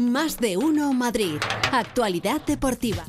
Más de uno Madrid. Actualidad deportiva.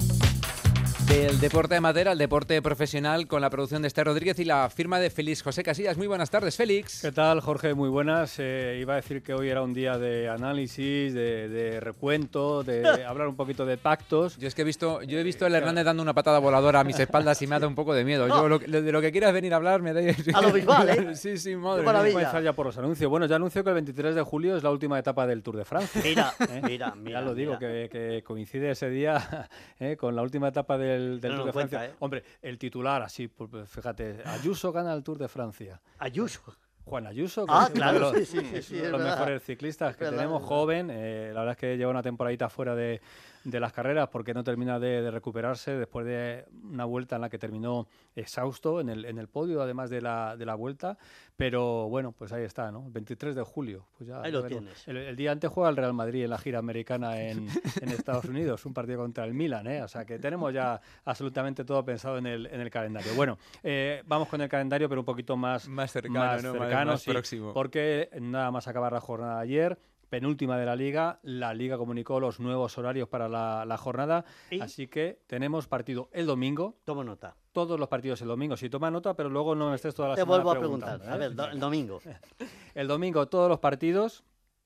Del deporte amateur al deporte profesional, con la producción de Esther Rodríguez y la firma de Félix José Casillas. Muy buenas tardes, Félix. ¿Qué tal, Jorge? Muy buenas. Iba a decir que hoy era un día de análisis, de recuento, de hablar un poquito de pactos. Yo he visto a Hernández dando una patada voladora a mis espaldas y me ha dado un poco de miedo. Yo de lo que quieras venir a hablar me da... A lo Bisbal, ¿eh? Sí, madre mía. maravilla. Voy a empezar ya por los anuncios. Bueno, ya anuncio que el 23 de julio es la última etapa del Tour de Francia. Mira. Ya lo digo, que coincide ese día con la última etapa del Tour de Francia. Hombre, el titular, así, fíjate, Ayuso gana el Tour de Francia. ¿Ayuso? Juan Ayuso, que claro, es sí, uno de es los verdad. mejores ciclistas que tenemos, joven. La verdad es que lleva una temporadita fuera de las carreras porque no termina de recuperarse después de una vuelta en la que terminó exhausto en el podio, además de la vuelta. Pero bueno, pues ahí está, ¿no? 23 de julio. Pues ya, ahí lo tienes. El día antes juega el Real Madrid en la gira americana en Estados Unidos, un partido contra el Milan, ¿eh? O sea que tenemos ya absolutamente todo pensado en el calendario. Bueno, vamos con el calendario, pero un poquito más cercano, ¿no? Más sí, próximo. Porque nada más acabar la jornada ayer, penúltima de la Liga comunicó los nuevos horarios para la jornada, así que tenemos partido el domingo. Tomo nota. Todos los partidos el domingo, sí, toma nota, pero luego no me estés toda la Te semana vuelvo a preguntar. ¿eh? A ver, el domingo. El domingo todos los partidos,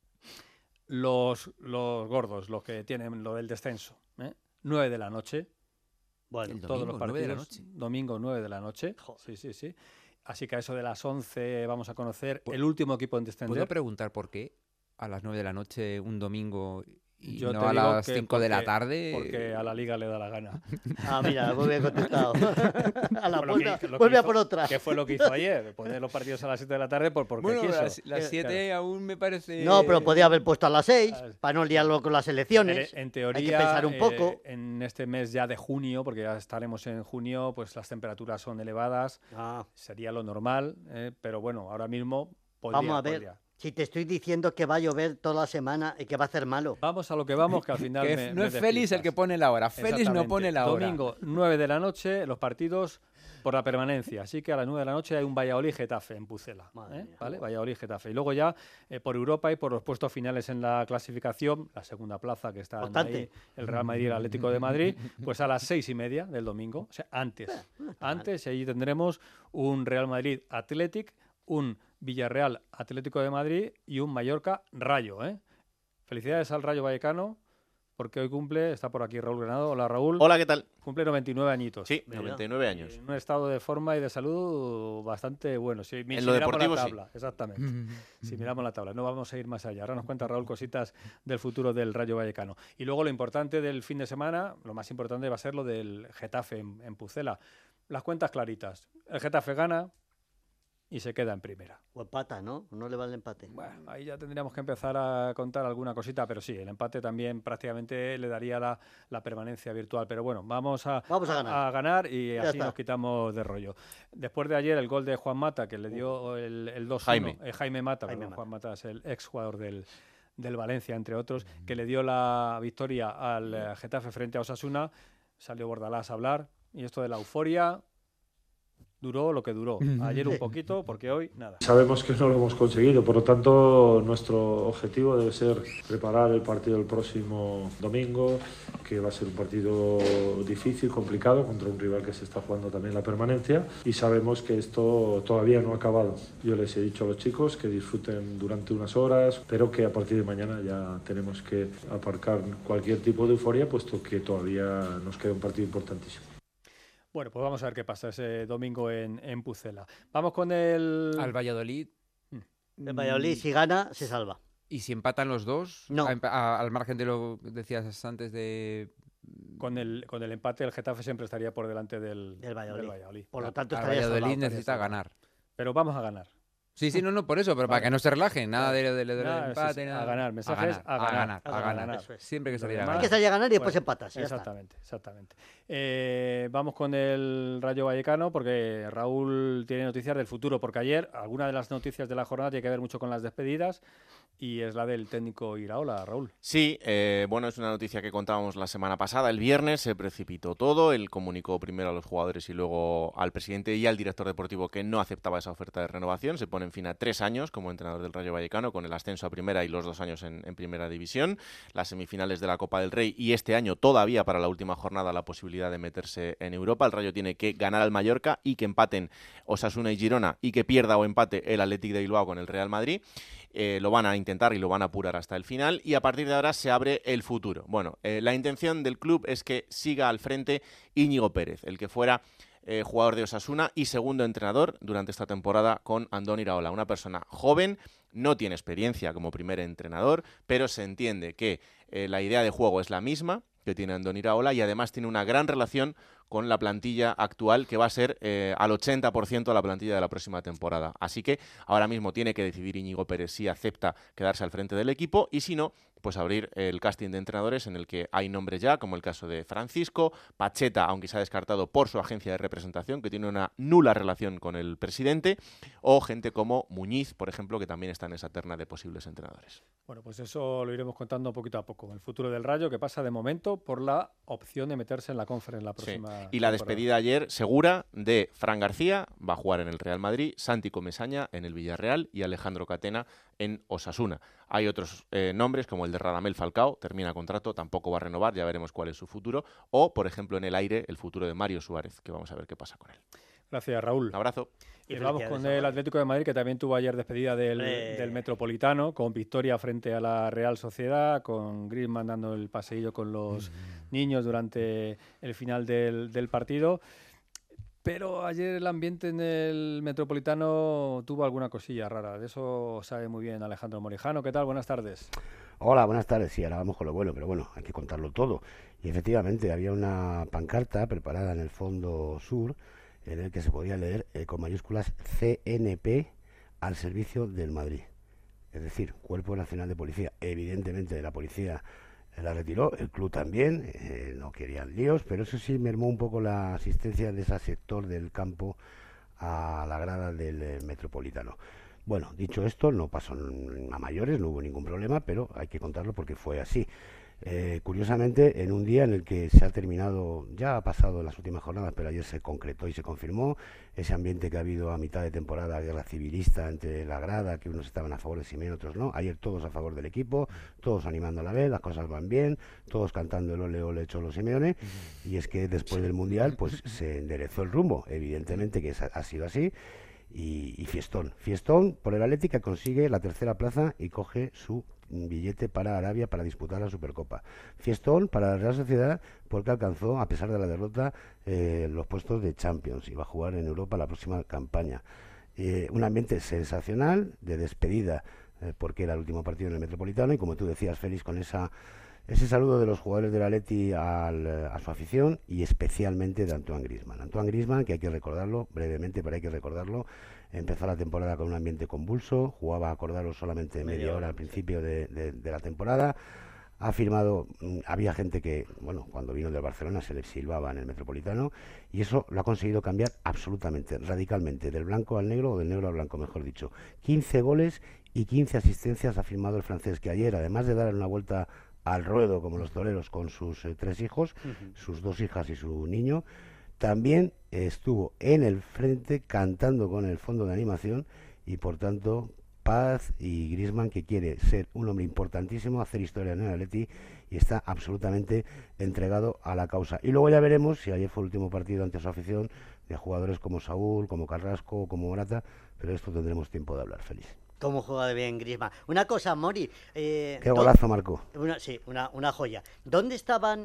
los gordos, los que tienen lo del descenso, 9 de la noche. Bueno, todos los partidos, 9 de la noche. Domingo 9 de la noche. Joder. Sí. Así que a eso de las 11 vamos a conocer el último equipo en descender. ¿Puedo preguntar por qué a las 9 de la noche un domingo y Yo no te a digo las 5 de la tarde? Porque a la Liga le da la gana. Mira, muy bien contestado. A la Lo puerta, que vuelve a hizo- por otra. ¿Qué fue lo que hizo ayer? Poner los partidos a las 7 de la tarde porque Bueno, quiso. las 7 aún me parece... No, pero podía haber puesto a las 6 para no liarlo con las elecciones. En teoría, hay que pensar un poco. En este mes ya de junio, porque ya estaremos en junio, pues las temperaturas son elevadas, sería lo normal, pero bueno, ahora mismo Vamos a ver. Si te estoy diciendo que va a llover toda la semana y que va a hacer malo. Vamos a lo que vamos, que al final Que no es Félix el que pone la hora. Félix no pone la hora. Domingo, 9 de la noche, los partidos por la permanencia. Así que a las 9 de la noche hay un Valladolid-Getafe en Pucela. ¿Vale? Valladolid-Getafe. Y luego ya por Europa y por los puestos finales en la clasificación, la segunda plaza que está ahí, el Real Madrid y el Atlético de Madrid, pues a las 6:30 del domingo. O sea, antes, y allí tendremos un Real Madrid-Athletic, un Villarreal Atlético de Madrid y un Mallorca Rayo. Felicidades al Rayo Vallecano, porque hoy está por aquí Raúl Granado. Hola, Raúl. Hola, ¿qué tal? Cumple 99 añitos. Sí, 99 años. En un estado de forma y de salud bastante bueno. Si en lo deportivo, la tabla, sí. Exactamente. Si miramos la tabla, no vamos a ir más allá. Ahora nos cuenta Raúl cositas del futuro del Rayo Vallecano. Y luego lo importante del fin de semana, lo más importante va a ser lo del Getafe en Pucela. Las cuentas claritas. El Getafe gana y se queda en primera. O empata, ¿no? No le va el empate. Bueno, ahí ya tendríamos que empezar a contar alguna cosita, pero sí, el empate también prácticamente le daría la permanencia virtual. Pero bueno, vamos a ganar y ya así está. nos quitamos de rollo. Después de ayer, el gol de Juan Mata, que le dio el 2-1. Jaime Mata. Juan Mata es el exjugador del Valencia, entre otros, que le dio la victoria al Getafe frente a Osasuna. Salió Bordalás a hablar. Y esto de la euforia duró lo que duró. Ayer un poquito, porque hoy nada. Sabemos que no lo hemos conseguido, por lo tanto nuestro objetivo debe ser preparar el partido del próximo domingo, que va a ser un partido difícil, complicado, contra un rival que se está jugando también la permanencia, y sabemos que esto todavía no ha acabado. Yo les he dicho a los chicos que disfruten durante unas horas, pero que a partir de mañana ya tenemos que aparcar cualquier tipo de euforia, puesto que todavía nos queda un partido importantísimo. Bueno, pues vamos a ver qué pasa ese domingo en Pucela. Vamos con al Valladolid. El Valladolid, si gana, se salva. ¿Y si empatan los dos? No. Al margen de lo que decías antes de... Con el empate, el Getafe siempre estaría por delante del Valladolid. Por lo tanto, el estaría Valladolid salvado. necesita ganar. Pero vamos a ganar. Sí, no, por eso, pero para que no se relajen, nada del empate, sí, nada. A ganar, mensajes a ganar. Eso es. Siempre que se diga Hay ganar. que salir a ganar y después empatas. Exactamente. Vamos con el Rayo Vallecano, porque Raúl tiene noticias del futuro, porque ayer alguna de las noticias de la jornada tiene que ver mucho con las despedidas, y es la del técnico Iraola, Raúl. Sí, bueno, es una noticia que contábamos la semana pasada. El viernes se precipitó todo. Él comunicó primero a los jugadores y luego al presidente y al director deportivo que no aceptaba esa oferta de renovación. Se pone pone en fin a 3 años como entrenador del Rayo Vallecano, con el ascenso a primera y los 2 años en primera división, las semifinales de la Copa del Rey y este año todavía para la última jornada la posibilidad de meterse en Europa. El Rayo tiene que ganar al Mallorca y que empaten Osasuna y Girona y que pierda o empate el Athletic de Bilbao con el Real Madrid. Lo van a intentar y lo van a apurar hasta el final, y a partir de ahora se abre el futuro. Bueno, la intención del club es que siga al frente Íñigo Pérez, el que fuera jugador de Osasuna y segundo entrenador durante esta temporada con Andoni Iraola, una persona joven, no tiene experiencia como primer entrenador, pero se entiende que la idea de juego es la misma que tiene Andoni Iraola y además tiene una gran relación con la plantilla actual, que va a ser al 80% la plantilla de la próxima temporada. Así que ahora mismo tiene que decidir Íñigo Pérez si acepta quedarse al frente del equipo y si no, pues abrir el casting de entrenadores en el que hay nombres ya, como el caso de Francisco, Pacheta, aunque se ha descartado por su agencia de representación, que tiene una nula relación con el presidente, o gente como Muñiz, por ejemplo, que también está en esa terna de posibles entrenadores. Bueno, pues eso lo iremos contando poquito a poco. El futuro del Rayo, que pasa de momento por la opción de meterse en la Conference la próxima temporada. Y la despedida ayer segura de Fran García, va a jugar en el Real Madrid, Santi Comesaña en el Villarreal y Alejandro Catena en Osasuna. Hay otros nombres como el de Radamel Falcao, termina contrato, tampoco va a renovar, ya veremos cuál es su futuro. O, por ejemplo, en el aire, el futuro de Mario Suárez, que vamos a ver qué pasa con él. Gracias, Raúl. Un abrazo. Y vamos con el Atlético de Madrid, que también tuvo ayer despedida del Metropolitano, con victoria frente a la Real Sociedad, con Griezmann dando el paseillo con los niños durante el final del partido. Pero ayer el ambiente en el Metropolitano tuvo alguna cosilla rara. De eso sabe muy bien Alejandro Morijano. ¿Qué tal? Buenas tardes. Hola, buenas tardes. Sí, ahora vamos con lo bueno, pero bueno, hay que contarlo todo. Y efectivamente había una pancarta preparada en el fondo sur en el que se podía leer con mayúsculas CNP al servicio del Madrid. Es decir, Cuerpo Nacional de Policía. Evidentemente la policía la retiró, el club también, no querían líos, pero eso sí mermó un poco la asistencia de ese sector del campo a la grada del Metropolitano. Bueno, dicho esto, no pasó a mayores, no hubo ningún problema, pero hay que contarlo porque fue así. Curiosamente, en un día en el que se ha terminado, ya ha pasado en las últimas jornadas, pero ayer se concretó y se confirmó ese ambiente que ha habido a mitad de temporada, guerra civilista entre la grada, que unos estaban a favor de Simeone, otros no. Ayer todos a favor del equipo, todos animando a la vez, las cosas van bien, todos cantando el ole ole Cholo Simeone, y es que después del Mundial pues se enderezó el rumbo, evidentemente que ha sido así. Y fiestón por el Athletic, que consigue la tercera plaza y coge su billete para Arabia para disputar la Supercopa. Fiestón para la Real Sociedad porque alcanzó, a pesar de la derrota, los puestos de Champions y va a jugar en Europa la próxima campaña. Un ambiente sensacional de despedida porque era el último partido en el Metropolitano y, como tú decías, Félix, con ese saludo de los jugadores del Atleti a su afición y especialmente de Antoine Griezmann. Antoine Griezmann, que hay que recordarlo brevemente, pero hay que recordarlo, empezó la temporada con un ambiente convulso, jugaba, acordaros, solamente media hora al principio de la temporada. Ha firmado, había gente que, bueno, cuando vino del Barcelona se le silbaba en el Metropolitano, y eso lo ha conseguido cambiar absolutamente, radicalmente, del blanco al negro, o del negro al blanco, mejor dicho. 15 goles y 15 asistencias ha firmado el francés, que ayer, además de dar una vuelta al ruedo como los toreros con sus 3 hijos, sus 2 hijas y su niño, también estuvo en el frente cantando con el fondo de animación y por tanto paz, y Griezmann, que quiere ser un hombre importantísimo, hacer historia en el Atleti y está absolutamente entregado a la causa. Y luego ya veremos si ayer fue el último partido ante su afición de jugadores como Saúl, como Carrasco, como Morata, pero esto tendremos tiempo de hablar, Félix. Cómo juega de bien Griezmann. Una cosa, Mori. Qué golazo marcó. Una joya. ¿Dónde estaban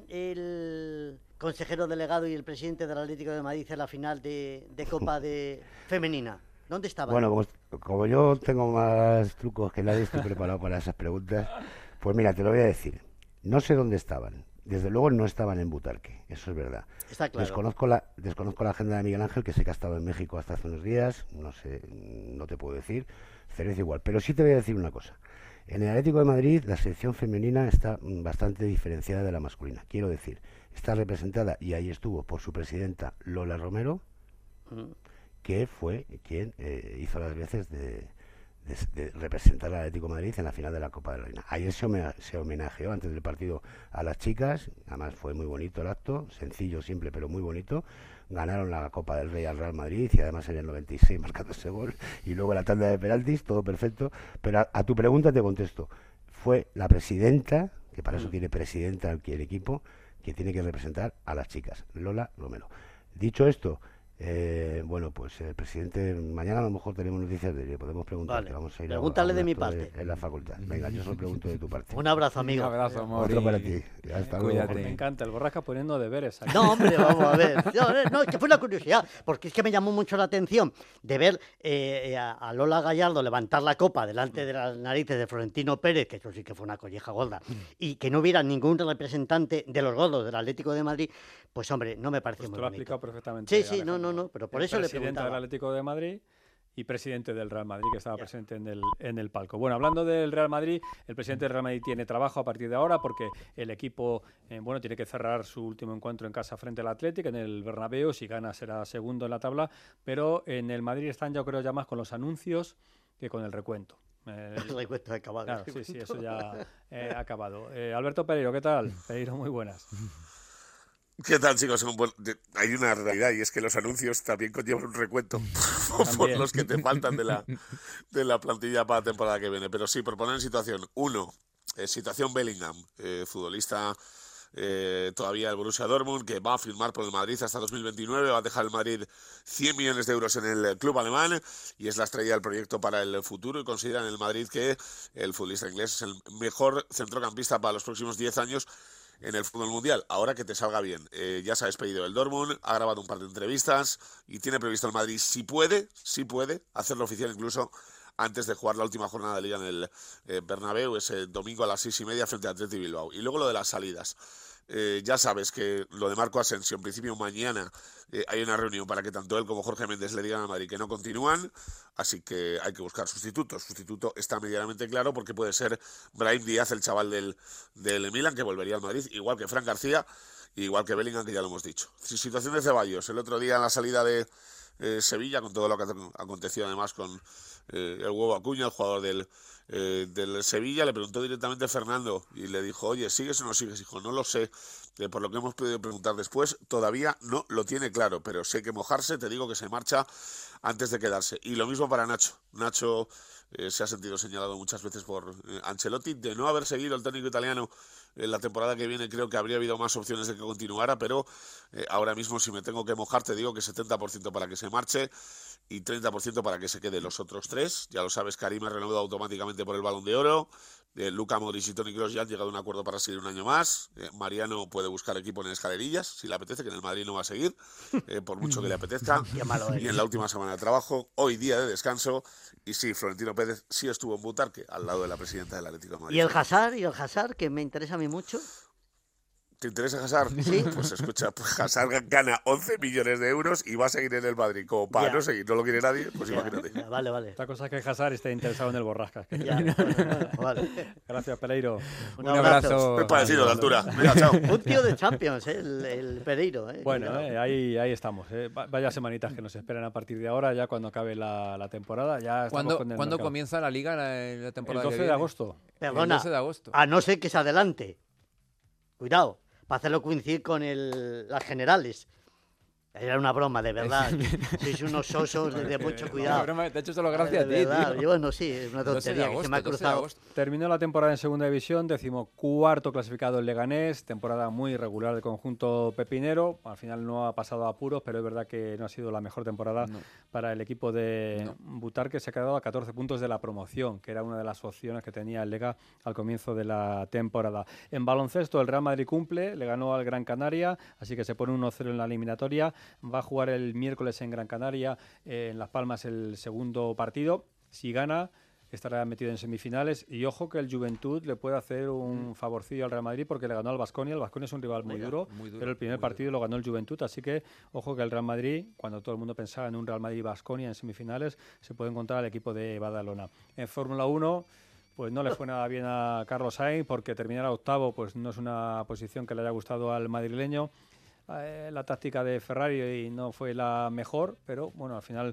el consejero delegado y el presidente del Atlético de Madrid en la final de Copa femenina? ¿Dónde estaban? Bueno, como yo tengo más trucos que nadie, estoy preparado para esas preguntas. Pues mira, te lo voy a decir. No sé dónde estaban. Desde luego no estaban en Butarque, eso es verdad. Está claro. Desconozco la agenda de Miguel Ángel, que sé que ha estado en México hasta hace unos días. No sé, no te puedo decir. Cereza igual. Pero sí te voy a decir una cosa. En el Atlético de Madrid la selección femenina está bastante diferenciada de la masculina. Quiero decir, está representada, y ahí estuvo, por su presidenta Lola Romero, que fue quien hizo las veces de de representar al Atlético de Madrid en la final de la Copa de la Reina. Ayer se homenajeó antes del partido a las chicas, además fue muy bonito el acto, sencillo, simple, pero muy bonito. Ganaron la Copa del Rey al Real Madrid y además en el 96 marcando ese gol y luego la tanda de penaltis, todo perfecto. Pero a tu pregunta te contesto, fue la presidenta, que para eso tiene presidenta el equipo, que tiene que representar a las chicas, Lola Romero. Dicho esto, bueno, pues el presidente, mañana a lo mejor tenemos noticias de él, podemos preguntar, Vale. que vamos a ir Pregúntale a un de mi acto parte. en la facultad. Venga, yo se lo pregunto de tu parte. Un abrazo, amigo. Un abrazo, amor. Otro y- para ti. Hasta luego. Cuídate. Me encanta, el Borrasca poniendo deberes aquí. No, hombre, vamos a ver. No, es que fue una curiosidad, porque es que me llamó mucho la atención de ver a Lola Gallardo levantar la copa delante de las narices de Florentino Pérez, que eso sí que fue una colleja gorda, y que no hubiera ningún representante de los gordos del Atlético de Madrid, pues hombre, no me pareció Pues muy tú lo has bonito. explicado perfectamente. Sí, sí, Alejandro. no, pero por El eso le presidente del preguntaba. Atlético de Madrid y presidente del Real Madrid, que estaba Ya. presente en el palco. Bueno, hablando del Real Madrid, el presidente del Real Madrid tiene trabajo a partir de ahora porque el equipo bueno, tiene que cerrar su último encuentro en casa frente al Atlético, en el Bernabéu. Si gana será segundo en la tabla, pero en el Madrid están, yo creo, ya más con los anuncios que con el recuento. El recuento de acabado. Claro, sí, eso ya ha acabado. Alberto Pereiro, ¿qué tal? Pereiro, muy buenas. ¿Qué tal, chicos? Hay una realidad y es que los anuncios también conllevan un recuento por También. los que te faltan de la plantilla para la temporada que viene. Pero sí, por poner en situación, situación Bellingham, futbolista todavía el Borussia Dortmund, que va a firmar por el Madrid hasta 2029, va a dejar el Madrid 100 millones de euros en el club alemán y es la estrella del proyecto para el futuro y consideran en el Madrid que el futbolista inglés es el mejor centrocampista para los próximos 10 años en el fútbol mundial. Ahora que te salga bien. Ya se ha despedido del Dortmund, ha grabado un par de entrevistas y tiene previsto el Madrid, si puede, hacerlo oficial incluso antes de jugar la última jornada de Liga en el Bernabéu, ese domingo a las 6:30 frente a Athletic Bilbao. Y luego lo de las salidas. Ya sabes que lo de Marco Asensio, en principio mañana hay una reunión para que tanto él como Jorge Méndez le digan a Madrid que no continúan, así que hay que buscar sustitutos. Sustituto está medianamente claro porque puede ser Brahim Díaz, el chaval del Milan, que volvería al Madrid, igual que Fran García, igual que Bellingham, que ya lo hemos dicho. Situación de Ceballos, el otro día en la salida de Sevilla, con todo lo que ha acontecido además con el huevo Acuña, el jugador del Sevilla, le preguntó directamente Fernando y le dijo, oye, ¿sigues o no sigues? Dijo, no lo sé, por lo que hemos podido preguntar después, todavía no lo tiene claro, pero sé que mojarse, te digo que se marcha antes de quedarse. Y lo mismo para Nacho. Nacho se ha sentido señalado muchas veces por Ancelotti de no haber seguido el técnico italiano en la temporada que viene. Creo que habría habido más opciones de que continuara, pero ahora mismo, si me tengo que mojar, te digo que 70% para que se marche y 30% para que se quede. Los otros tres, ya lo sabes, Karim ha renovado automáticamente por el Balón de Oro, Luka Modric y Toni Kroos ya han llegado a un acuerdo para seguir un año más, Mariano puede buscar equipo en escalerillas, si le apetece, que en el Madrid no va a seguir, por mucho que le apetezca, y en la última semana de trabajo, hoy día de descanso, y sí, Florentino Pérez sí estuvo en Butarque, al lado de la presidenta del Atlético de Madrid. ¿Y el Hazard, que me interesa a mí mucho? ¿Te interesa Hazard? Sí. Pues escucha, pues Hazard gana 11 millones de euros y va a seguir en el Madrid. Como para Ya. no seguir, no lo quiere nadie, pues imagínate. Ya, vale. Otra cosa es que Hazard esté interesado en el Borrasca. Ya, bueno, vale. Gracias, Pereiro. Un abrazo. Es parecido de altura. Venga, chao. Un tío de Champions, el Pereiro. Bueno, Cuidado. ahí estamos. Vaya semanitas que nos esperan a partir de ahora, ya cuando acabe la temporada. Ya estamos con el ¿Cuándo mercado. comienza la liga la El temporada 12 que de viene? agosto. Perdona, El 12 de agosto. a no ser que se adelante. Cuidado, para hacerlo coincidir con las generales. Era una broma, de verdad. Sois unos sosos de mucho cuidado. Te he hecho solo gracia a De ti, verdad. tío. Y bueno, sí, es una 12 de tontería que se agosto, me ha 12 de cruzado. agosto. Terminó la temporada en segunda división, 14º clasificado el Leganés, temporada muy irregular del conjunto pepinero. Al final no ha pasado a apuros, pero es verdad que no ha sido la mejor temporada No. para el equipo de Butarque. Se ha quedado a 14 puntos de la promoción, que era una de las opciones que tenía el Lega al comienzo de la temporada. En baloncesto, el Real Madrid cumple, le ganó al Gran Canaria, así que se pone 1-0 en la eliminatoria. Va a jugar el miércoles en Gran Canaria, en Las Palmas, el segundo partido. Si gana, estará metido en semifinales. Y ojo que el Juventud le puede hacer un favorcillo al Real Madrid porque le ganó al Baskonia. El Baskonia es un rival muy duro, pero el primer partido lo ganó el Juventud. Así que ojo que el Real Madrid, cuando todo el mundo pensaba en un Real Madrid-Baskonia en semifinales, se puede encontrar al equipo de Badalona. En Fórmula 1... pues no le fue nada bien a Carlos Sainz porque terminar a octavo pues no es una posición que le haya gustado al madrileño. La táctica de Ferrari no fue la mejor, pero bueno, al final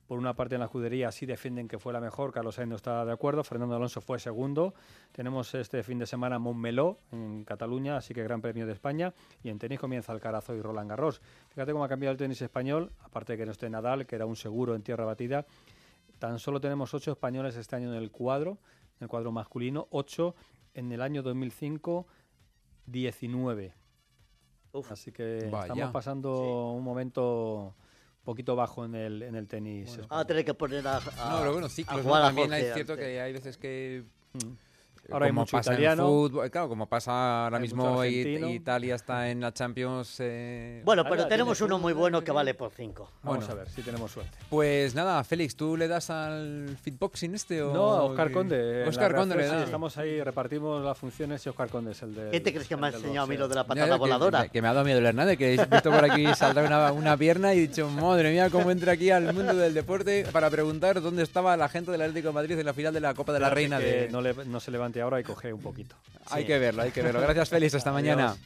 Por una parte en la escudería sí defienden que fue la mejor, Carlos Sainz no está de acuerdo, Fernando Alonso fue segundo. Tenemos este fin de semana Montmeló en Cataluña, así que Gran Premio de España, y en tenis comienza Alcaraz y Roland Garros. Fíjate cómo ha cambiado el tenis español, aparte de que no esté Nadal, que era un seguro en tierra batida. Tan solo tenemos 8 españoles este año en el cuadro masculino, 8 en el año 2005, 19. Así que estamos pasando un momento poquito bajo en el tenis. A tener que poner No, pero bueno, ciclos, ¿no? También es cierto que hay veces que... Ahora hay mucho pasa italiano. en fútbol, claro, como pasa ahora Hay mismo mucho argentino. Italia está en la Champions. Bueno, pero tenemos uno muy bueno que vale por 5. Vamos a ver si tenemos suerte. Pues nada, Félix, ¿tú le das al fitboxing este o...? No, a Óscar Conde. Óscar Conde le sí, da. estamos ahí, repartimos las funciones y Óscar Conde es el de... ¿Qué te crees que me ha enseñado a mí lo de la Ya, patada voladora? que me ha dado miedo el Hernández, que he visto por aquí saltar una pierna y he dicho, madre mía, cómo entra aquí al mundo del deporte para preguntar dónde estaba la gente del Atlético de Madrid en la final de la Copa de la Reina. No se levante ahora y coge un poquito. Hay que verlo. Gracias, Félix. Hasta mañana.